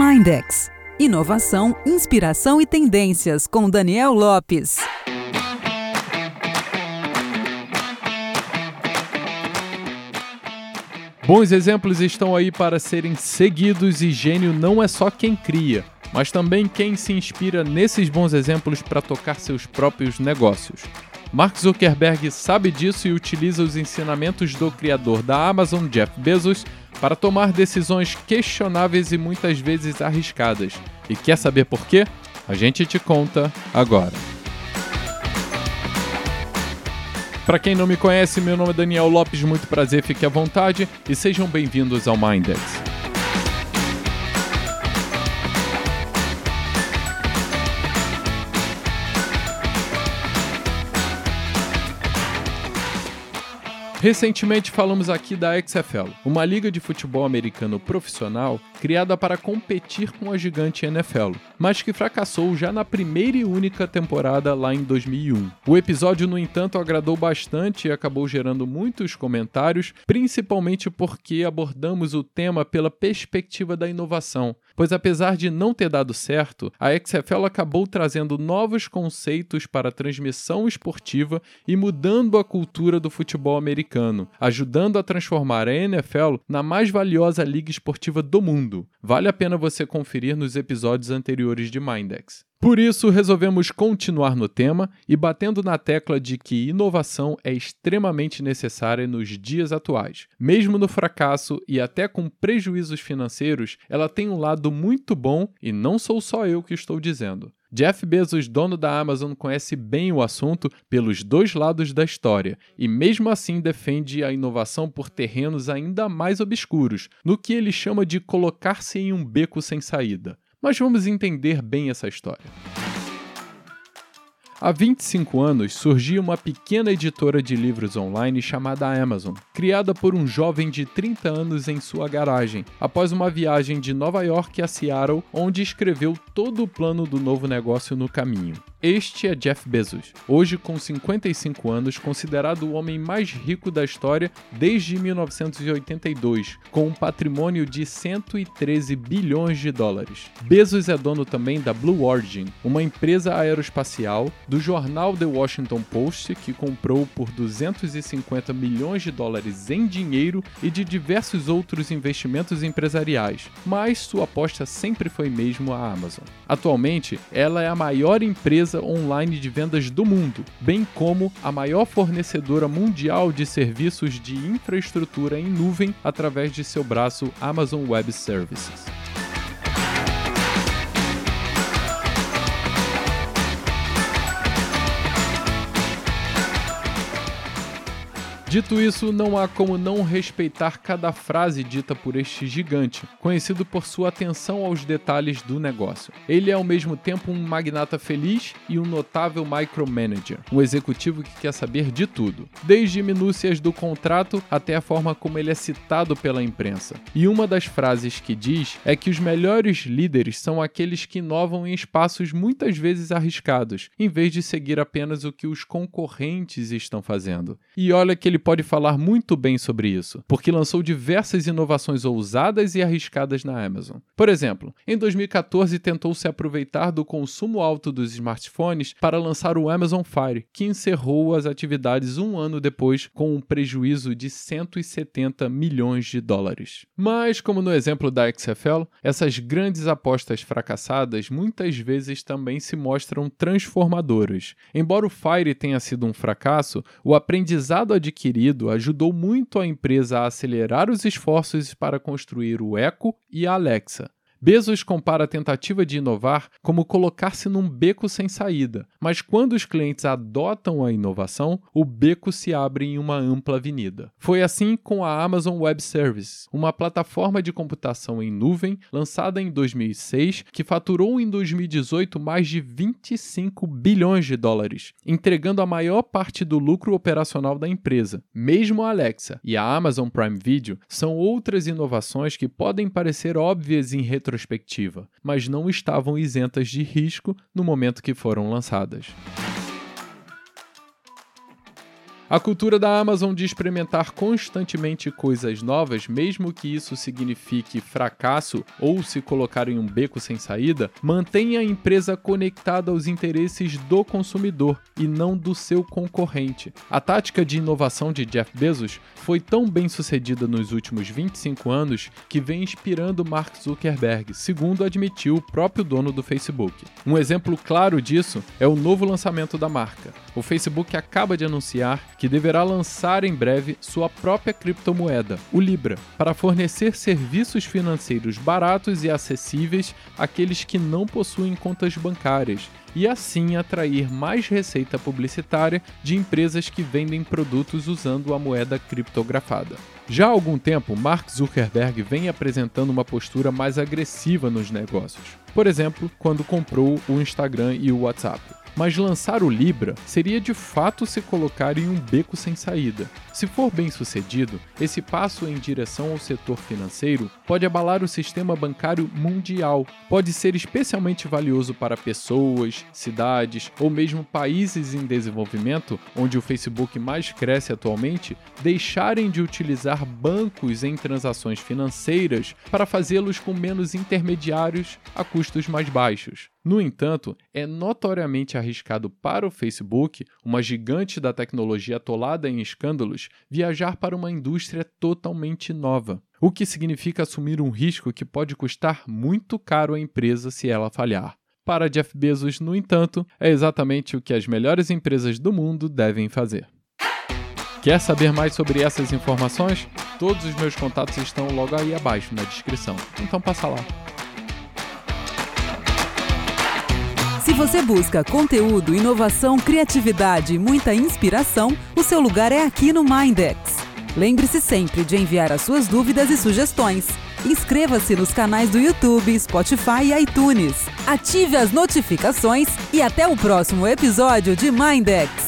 Mindex. Inovação, inspiração e tendências, com Daniel Lopes. Bons exemplos estão aí para serem seguidos e gênio não é só quem cria, mas também quem se inspira nesses bons exemplos para tocar seus próprios negócios. Mark Zuckerberg sabe disso e utiliza os ensinamentos do criador da Amazon, Jeff Bezos, para tomar decisões questionáveis e muitas vezes arriscadas. E quer saber por quê? A gente te conta agora. Para quem não me conhece, meu nome é Daniel Lopes, muito prazer, fique à vontade e sejam bem-vindos ao Mindex. Recentemente falamos aqui da XFL, uma liga de futebol americano profissional criada para competir com a gigante NFL, mas que fracassou já na primeira e única temporada lá em 2001. O episódio, no entanto, agradou bastante e acabou gerando muitos comentários, principalmente porque abordamos o tema pela perspectiva da inovação, pois apesar de não ter dado certo, a XFL acabou trazendo novos conceitos para a transmissão esportiva e mudando a cultura do futebol americano, ajudando a transformar a NFL na mais valiosa liga esportiva do mundo. Vale a pena você conferir nos episódios anteriores de Mindex. Por isso, resolvemos continuar no tema e batendo na tecla de que inovação é extremamente necessária nos dias atuais. Mesmo no fracasso e até com prejuízos financeiros, ela tem um lado muito bom e não sou só eu que estou dizendo. Jeff Bezos, dono da Amazon, conhece bem o assunto pelos dois lados da história e mesmo assim defende a inovação por terrenos ainda mais obscuros, no que ele chama de colocar-se em um beco sem saída. Mas vamos entender bem essa história. Há 25 anos, surgia uma pequena editora de livros online chamada Amazon, criada por um jovem de 30 anos em sua garagem, após uma viagem de Nova York a Seattle, onde escreveu todo o plano do novo negócio no caminho. Este é Jeff Bezos, hoje com 55 anos, considerado o homem mais rico da história desde 1982, com um patrimônio de 113 bilhões de dólares. Bezos é dono também da Blue Origin, uma empresa aeroespacial, do jornal The Washington Post, que comprou por 250 milhões de dólares em dinheiro, e de diversos outros investimentos empresariais, mas sua aposta sempre foi mesmo a Amazon. Atualmente, ela é a maior empresa online de vendas do mundo, bem como a maior fornecedora mundial de serviços de infraestrutura em nuvem através de seu braço Amazon Web Services. Dito isso, não há como não respeitar cada frase dita por este gigante, conhecido por sua atenção aos detalhes do negócio. Ele é ao mesmo tempo um magnata feliz e um notável micromanager, um executivo que quer saber de tudo, desde minúcias do contrato até a forma como ele é citado pela imprensa. E uma das frases que diz é que os melhores líderes são aqueles que inovam em espaços muitas vezes arriscados, em vez de seguir apenas o que os concorrentes estão fazendo. E olha que ele pode falar muito bem sobre isso, porque lançou diversas inovações ousadas e arriscadas na Amazon. Por exemplo, em 2014 tentou se aproveitar do consumo alto dos smartphones para lançar o Amazon Fire, que encerrou as atividades um ano depois com um prejuízo de 170 milhões de dólares. Mas, como no exemplo da XFL, essas grandes apostas fracassadas muitas vezes também se mostram transformadoras. Embora o Fire tenha sido um fracasso, o aprendizado adquirido ajudou muito a empresa a acelerar os esforços para construir o Echo e a Alexa. Bezos compara a tentativa de inovar como colocar-se num beco sem saída, mas quando os clientes adotam a inovação, o beco se abre em uma ampla avenida. Foi assim com a Amazon Web Services, uma plataforma de computação em nuvem lançada em 2006 que faturou em 2018 mais de 25 bilhões de dólares, entregando a maior parte do lucro operacional da empresa. Mesmo a Alexa e a Amazon Prime Video são outras inovações que podem parecer óbvias em retrospectiva, mas não estavam isentas de risco no momento que foram lançadas. A cultura da Amazon de experimentar constantemente coisas novas, mesmo que isso signifique fracasso ou se colocar em um beco sem saída, mantém a empresa conectada aos interesses do consumidor e não do seu concorrente. A tática de inovação de Jeff Bezos foi tão bem sucedida nos últimos 25 anos que vem inspirando Mark Zuckerberg, segundo admitiu o próprio dono do Facebook. Um exemplo claro disso é o novo lançamento da marca. O Facebook acaba de anunciar que deverá lançar em breve sua própria criptomoeda, o Libra, para fornecer serviços financeiros baratos e acessíveis àqueles que não possuem contas bancárias, e assim atrair mais receita publicitária de empresas que vendem produtos usando a moeda criptografada. Já há algum tempo, Mark Zuckerberg vem apresentando uma postura mais agressiva nos negócios. Por exemplo, quando comprou o Instagram e o WhatsApp. Mas lançar o Libra seria de fato se colocar em um beco sem saída. Se for bem sucedido, esse passo em direção ao setor financeiro pode abalar o sistema bancário mundial. Pode ser especialmente valioso para pessoas, cidades ou mesmo países em desenvolvimento, onde o Facebook mais cresce atualmente, deixarem de utilizar bancos em transações financeiras para fazê-los com menos intermediários a custos mais baixos. No entanto, é notoriamente arriscado para o Facebook, uma gigante da tecnologia atolada em escândalos, viajar para uma indústria totalmente nova, o que significa assumir um risco que pode custar muito caro à empresa se ela falhar. Para Jeff Bezos, no entanto, é exatamente o que as melhores empresas do mundo devem fazer. Quer saber mais sobre essas informações? Todos os meus contatos estão logo aí abaixo na descrição, então passa lá. Se você busca conteúdo, inovação, criatividade e muita inspiração, o seu lugar é aqui no Mindex. Lembre-se sempre de enviar as suas dúvidas e sugestões. Inscreva-se nos canais do YouTube, Spotify e iTunes. Ative as notificações e até o próximo episódio de Mindex.